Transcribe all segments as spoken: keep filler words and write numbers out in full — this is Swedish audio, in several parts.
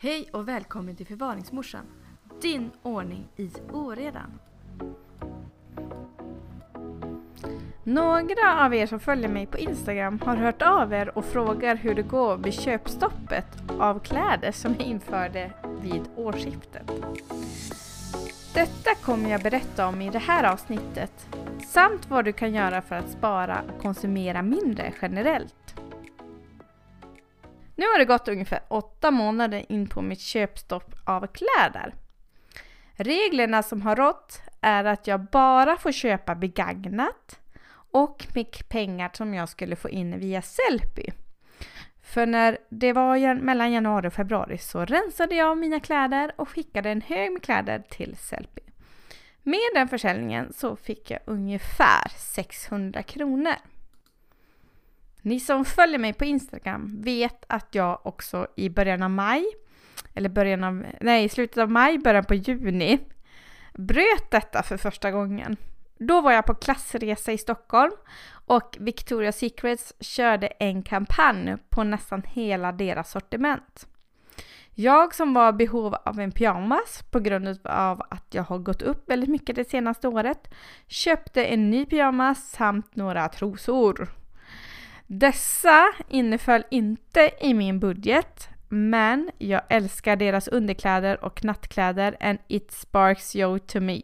Hej och välkommen till Förvaringsmorsan. Din ordning i oredan. Några av er som följer mig på Instagram har hört av er och frågar hur det går vid köpstoppet av kläder som jag införde vid årsskiftet. Detta kommer jag berätta om i det här avsnittet, samt vad du kan göra för att spara och konsumera mindre generellt. Nu har det gått ungefär åtta månader in på mitt köpstopp av kläder. Reglerna som har rått är att jag bara får köpa begagnat och med pengar som jag skulle få in via Sellpy. För när det var mellan januari och februari så rensade jag mina kläder och skickade en hög med kläder till Sellpy. Med den försäljningen så fick jag ungefär sexhundra kronor. Ni som följer mig på Instagram vet att jag också i början av maj, eller början av, nej, i slutet av maj, början på juni, bröt detta för första gången. Då var jag på klassresa i Stockholm och Victoria's Secret körde en kampanj på nästan hela deras sortiment. Jag som var i behov av en pyjamas på grund av att jag har gått upp väldigt mycket det senaste året köpte en ny pyjamas samt några trosor. Dessa inneföll inte i min budget, men jag älskar deras underkläder och nattkläder and it sparks joy to me.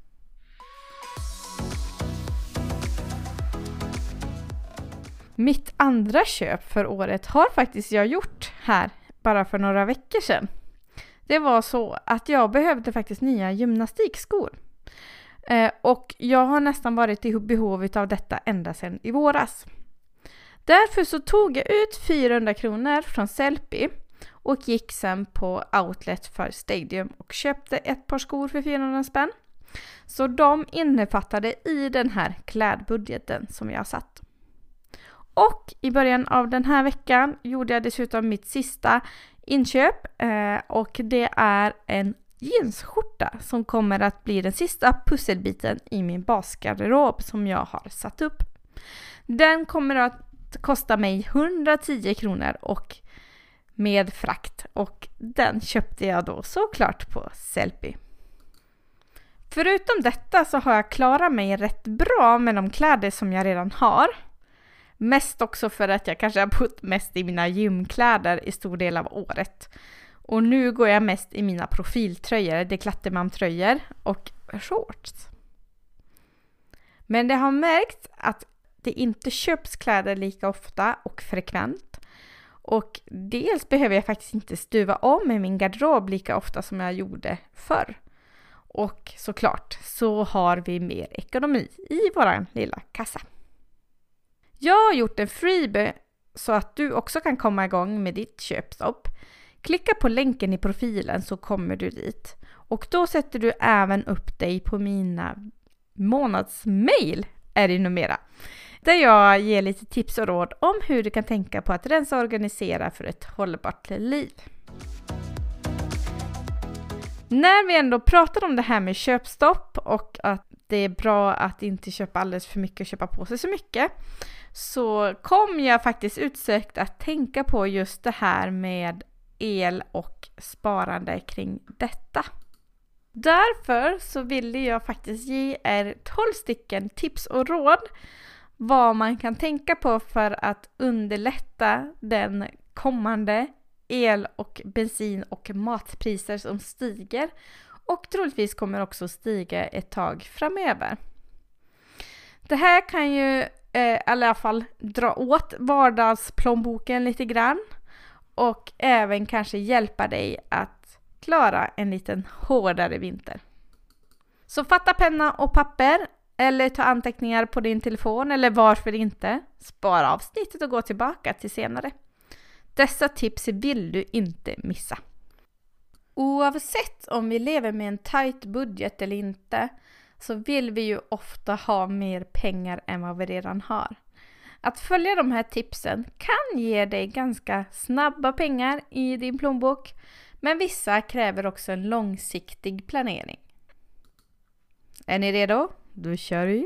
Mitt andra köp för året har faktiskt jag gjort här bara för några veckor sedan. Det var så att jag behövde faktiskt nya gymnastikskor. Eh, och jag har nästan varit i behov av detta ända sedan i våras. Därför så tog jag ut fyrahundra kronor från Sellpy och gick sen på Outlet för Stadium och köpte ett par skor för fyrahundra spänn. Så de innefattade i den här klädbudgeten som jag satt. Och i början av den här veckan gjorde jag dessutom mitt sista inköp eh, och det är en jeansskjorta som kommer att bli den sista pusselbiten i min basgarderob som jag har satt upp. Den kommer att kosta mig hundratio kronor och med frakt och den köpte jag då såklart på Sellpy. Förutom detta så har jag klarat mig rätt bra med de kläder som jag redan har. Mest också för att jag kanske har putt mest i mina gymkläder i stor del av året. Och nu går jag mest i mina profiltröjor, deklattermantröjor och shorts. Men det har märkt att det inte köps kläder lika ofta och frekvent. Och dels behöver jag faktiskt inte stuva om i min garderob lika ofta som jag gjorde förr. Och såklart så har vi mer ekonomi i våran lilla kassa. Jag har gjort en freebie så att du också kan komma igång med ditt köpstopp. Klicka på länken i profilen så kommer du dit. Och då sätter du även upp dig på mina månadsmail är det numera. Där jag ger lite tips och råd om hur du kan tänka på att rensa och organisera för ett hållbart liv. När vi ändå pratar om det här med köpstopp och att det är bra att inte köpa alldeles för mycket och köpa på sig så mycket, så kom jag faktiskt utsökt att tänka på just det här med el och sparande kring detta. Därför så ville jag faktiskt ge er tolv stycken tips och råd vad man kan tänka på för att underlätta den kommande el- och bensin- och matpriser som stiger och troligtvis kommer också stiga ett tag framöver. Det här kan ju eh, i alla fall dra åt vardagsplånboken lite grann och även kanske hjälpa dig att klara en liten hårdare vinter. Så fatta penna och papper eller ta anteckningar på din telefon eller varför inte. Spara avsnittet och gå tillbaka till senare. Dessa tips vill du inte missa. Oavsett om vi lever med en tight budget eller inte så vill vi ju ofta ha mer pengar än vad vi redan har. Att följa de här tipsen kan ge dig ganska snabba pengar i din plånbok, men vissa kräver också en långsiktig planering. Är ni redo? Då kör vi!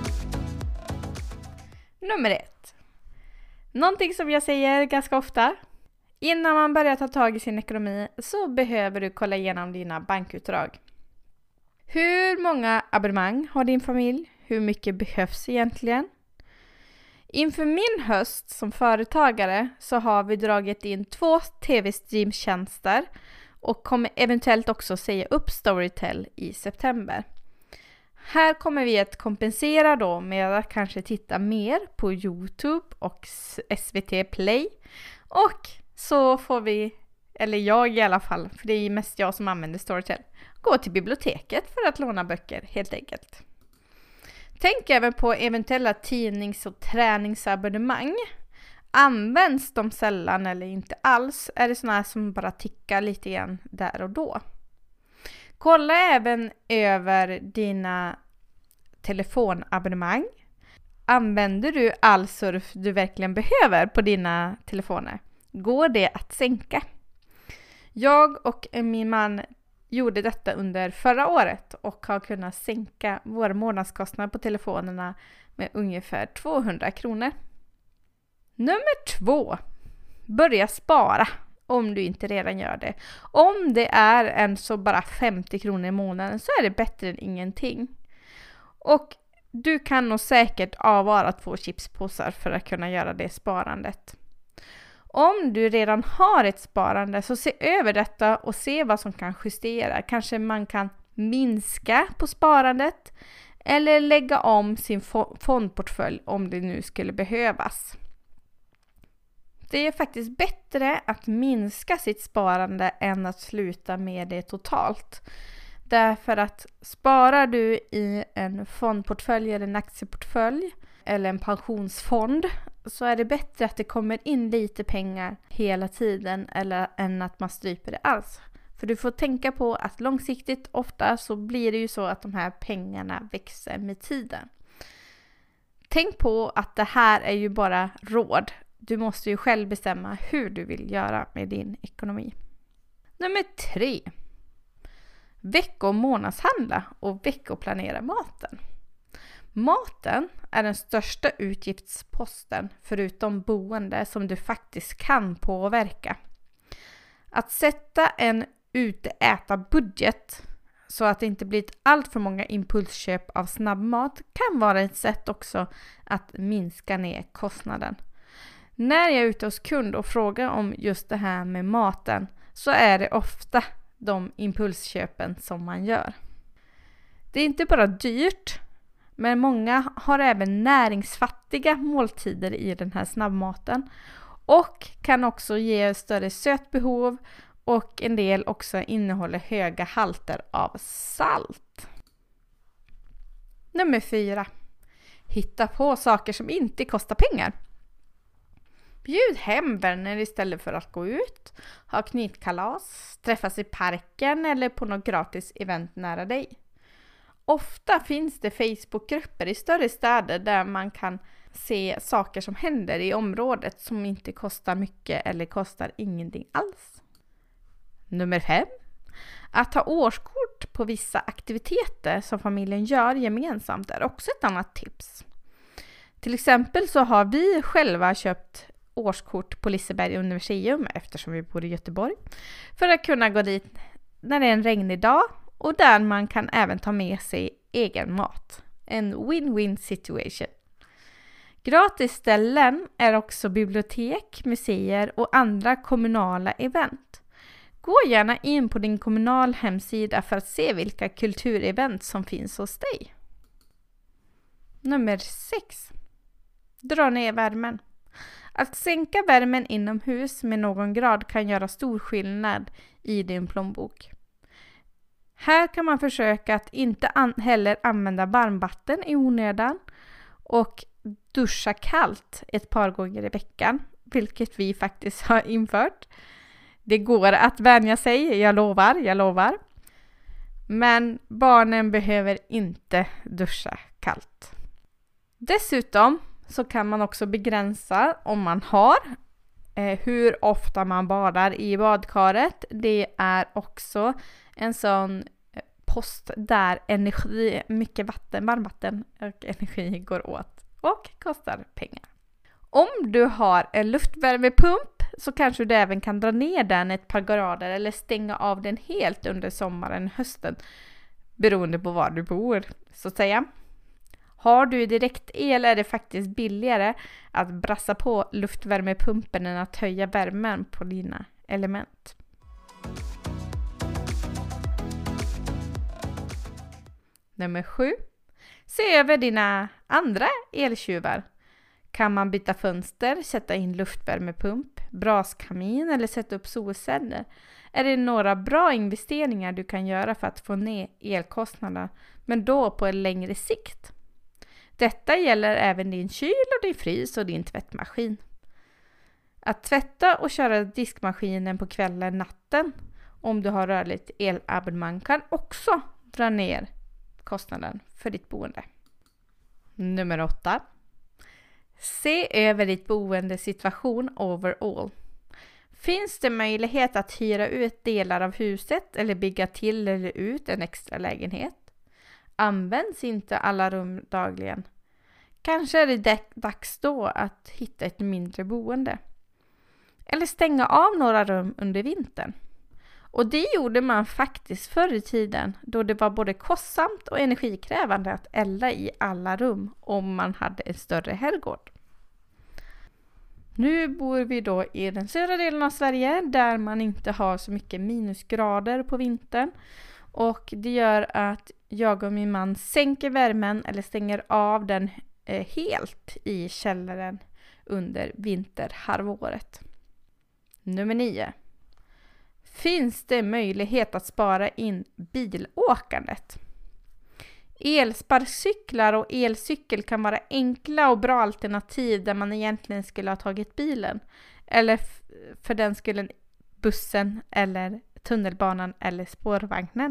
Nummer ett. Någonting som jag säger ganska ofta Innan man börjar ta tag i sin ekonomi så behöver du kolla igenom dina bankutdrag. Hur många abonnemang har din familj? Hur mycket behövs egentligen? Inför min höst som företagare så har vi dragit in två tv-streamtjänster och kommer eventuellt också säga upp Storytel i september. Här kommer vi att kompensera då med att kanske titta mer på YouTube och S V T Play. Och så får vi, eller jag i alla fall, för det är mest jag som använder Storytel, gå till biblioteket för att låna böcker helt enkelt. Tänk även på eventuella tidnings- och träningsabonnemang. Används de sällan eller inte alls? Är det sådana som bara tickar lite grann där och då? Kolla även över dina telefonabonnemang. Använder du all surf du verkligen behöver på dina telefoner? Går det att sänka? Jag och min man gjorde detta under förra året och har kunnat sänka våra månadskostnader på telefonerna med ungefär tvåhundra kronor. Nummer två. Börja spara om du inte redan gör det. Om det är en så bara femtio kronor i månaden så är det bättre än ingenting. Och du kan nog säkert avvara två chipspåsar för att kunna göra det sparandet. Om du redan har ett sparande så se över detta och se vad som kan justera. Kanske man kan minska på sparandet eller lägga om sin fondportfölj om det nu skulle behövas. Det är faktiskt bättre att minska sitt sparande än att sluta med det totalt. Därför att sparar du i en fondportfölj eller en aktieportfölj eller en pensionsfond så är det bättre att det kommer in lite pengar hela tiden eller än att man stryper det alls. För du får tänka på att långsiktigt ofta så blir det ju så att de här pengarna växer med tiden. Tänk på att det här är ju bara råd. Du måste ju själv bestämma hur du vill göra med din ekonomi. Nummer tre. Vecko- och månadshandla och veckoplanera maten. Maten är den största utgiftsposten förutom boende som du faktiskt kan påverka. Att sätta en uteäta-budget så att det inte blir allt för många impulsköp av snabbmat kan vara ett sätt också att minska ner kostnaden. När jag är ute hos kund och frågar om just det här med maten så är det ofta de impulsköpen som man gör. Det är inte bara dyrt, men många har även näringsfattiga måltider i den här snabbmaten och kan också ge större sötbehov och en del också innehåller höga halter av salt. Nummer fyra. Hitta på saker som inte kostar pengar. Bjud hem vänner istället för att gå ut, ha knytkalas, träffas i parken eller på något gratis event nära dig. Ofta finns det Facebookgrupper i större städer där man kan se saker som händer i området som inte kostar mycket eller kostar ingenting alls. Nummer fem. Att ha årskort på vissa aktiviteter som familjen gör gemensamt är också ett annat tips. Till exempel så har vi själva köpt årskort på Liseberg Universium eftersom vi bor i Göteborg för att kunna gå dit när det är en regnig dag och där man kan även ta med sig egen mat. En win-win situation. Gratis ställen är också bibliotek, museer och andra kommunala event. Gå gärna in på din kommunal hemsida för att se vilka kulturevent som finns hos dig. Nummer sex. Dra ner värmen. Att sänka värmen inomhus med någon grad kan göra stor skillnad i din plånbok. Här kan man försöka att inte an- heller använda varmvatten i onödan och duscha kallt ett par gånger i veckan, vilket vi faktiskt har infört. Det går att vänja sig, jag lovar, jag lovar. Men barnen behöver inte duscha kallt. Dessutom så kan man också begränsa om man har eh, hur ofta man badar i badkaret. Det är också en sån post där energi, mycket vatten, varmvatten och energi går åt och kostar pengar. Om du har en luftvärmepump så kanske du även kan dra ner den ett par grader eller stänga av den helt under sommaren, hösten, beroende på var du bor, så att säga. Har du direkt el är det faktiskt billigare att brassa på luftvärmepumpen än att höja värmen på dina element. Nummer sju. Se över dina andra eltjuvar. Kan man byta fönster, sätta in luftvärmepump, braskamin eller sätta upp solceller? Är det några bra investeringar du kan göra för att få ner elkostnaderna, men då på en längre sikt? Detta gäller även din kyl och din frys och din tvättmaskin. Att tvätta och köra diskmaskinen på kvällen, natten, om du har rörligt elabonnemang, kan också dra ner kostnaden för ditt boende. Nummer åtta. Se över ditt boendesituation overall. Finns det möjlighet att hyra ut delar av huset eller bygga till eller ut en extra lägenhet? Används inte alla rum dagligen? Kanske är det dags då att hitta ett mindre boende. Eller stänga av några rum under vintern. Och det gjorde man faktiskt förr i tiden, då det var både kostsamt och energikrävande att elda i alla rum om man hade en större herrgård. Nu bor vi då i den södra delen av Sverige där man inte har så mycket minusgrader på vintern. Och det gör att jag och min man sänker värmen eller stänger av den eh, helt i källaren under vinterhalvåret. Nummer nio. Finns det möjlighet att spara in bilåkandet? Elsparkcyklar och elcykel kan vara enkla och bra alternativ där man egentligen skulle ha tagit bilen. Eller f- för den skulle bussen eller tunnelbanan eller spårvagnen.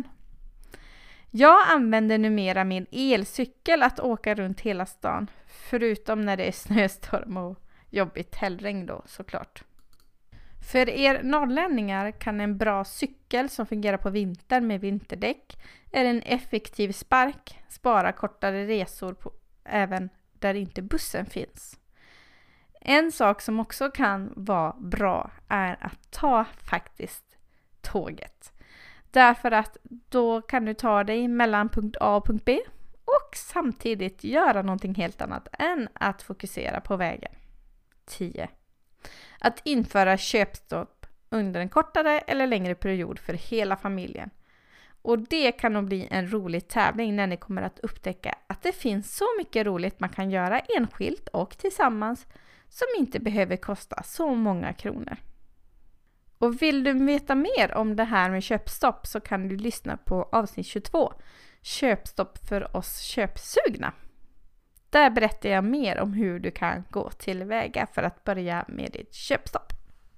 Jag använder numera min elcykel att åka runt hela stan. Förutom när det är snöstorm och jobbigt hällregn då, såklart. För er norrlänningar kan en bra cykel som fungerar på vintern med vinterdäck är en effektiv spark, spara kortare resor på, även där inte bussen finns. En sak som också kan vara bra är att ta faktiskt tåget. Därför att då kan du ta dig mellan punkt A och punkt B och samtidigt göra någonting helt annat än att fokusera på vägen. tio. Att införa köpstopp under en kortare eller längre period för hela familjen. Och det kan nog bli en rolig tävling när ni kommer att upptäcka att det finns så mycket roligt man kan göra enskilt och tillsammans som inte behöver kosta så många kronor. Och vill du veta mer om det här med köpstopp så kan du lyssna på avsnitt tjugotvå, Köpstopp för oss köpsugna. Där berättar jag mer om hur du kan gå tillväga för att börja med ditt köpstopp.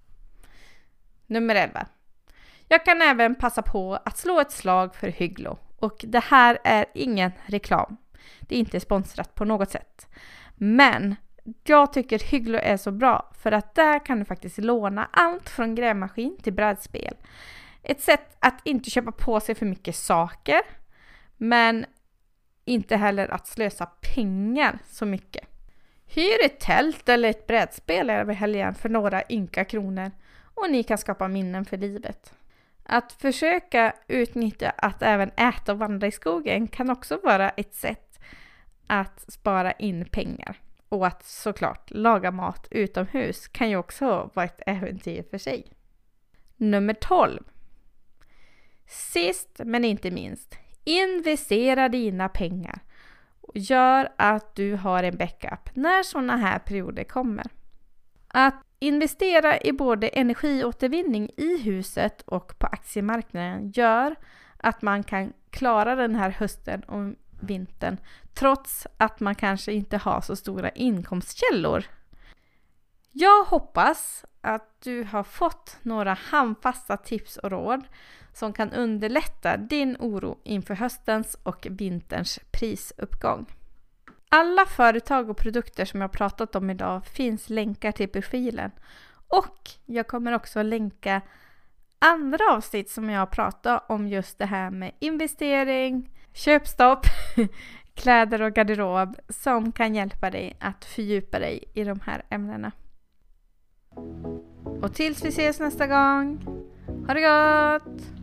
Nummer elva. Jag kan även passa på att slå ett slag för Hygglo. Och det här är ingen reklam. Det är inte sponsrat på något sätt. Men jag tycker Hygglo är så bra för att där kan du faktiskt låna allt från grävmaskin till brädspel. Ett sätt att inte köpa på sig för mycket saker, men inte heller att slösa pengar så mycket. Hyr ett tält eller ett brädspel över helgen för några ynka kronor och ni kan skapa minnen för livet. Att försöka utnyttja att även äta och vandra i skogen kan också vara ett sätt att spara in pengar. Och att såklart laga mat utomhus kan ju också vara ett äventyr för sig. Nummer tolv. Sist men inte minst. Investera dina pengar och gör att du har en backup när sådana här perioder kommer. Att investera i både energiåtervinning i huset och på aktiemarknaden gör att man kan klara den här hösten och vintern trots att man kanske inte har så stora inkomstkällor. Jag hoppas att du har fått några handfasta tips och råd som kan underlätta din oro inför höstens och vinterns prisuppgång. Alla företag och produkter som jag pratat om idag finns länkar till profilen. Och jag kommer också länka andra avsnitt som jag pratar om just det här med investering, köpstopp, kläder och garderob som kan hjälpa dig att fördjupa dig i de här ämnena. Och tills vi ses nästa gång. Ha det gott!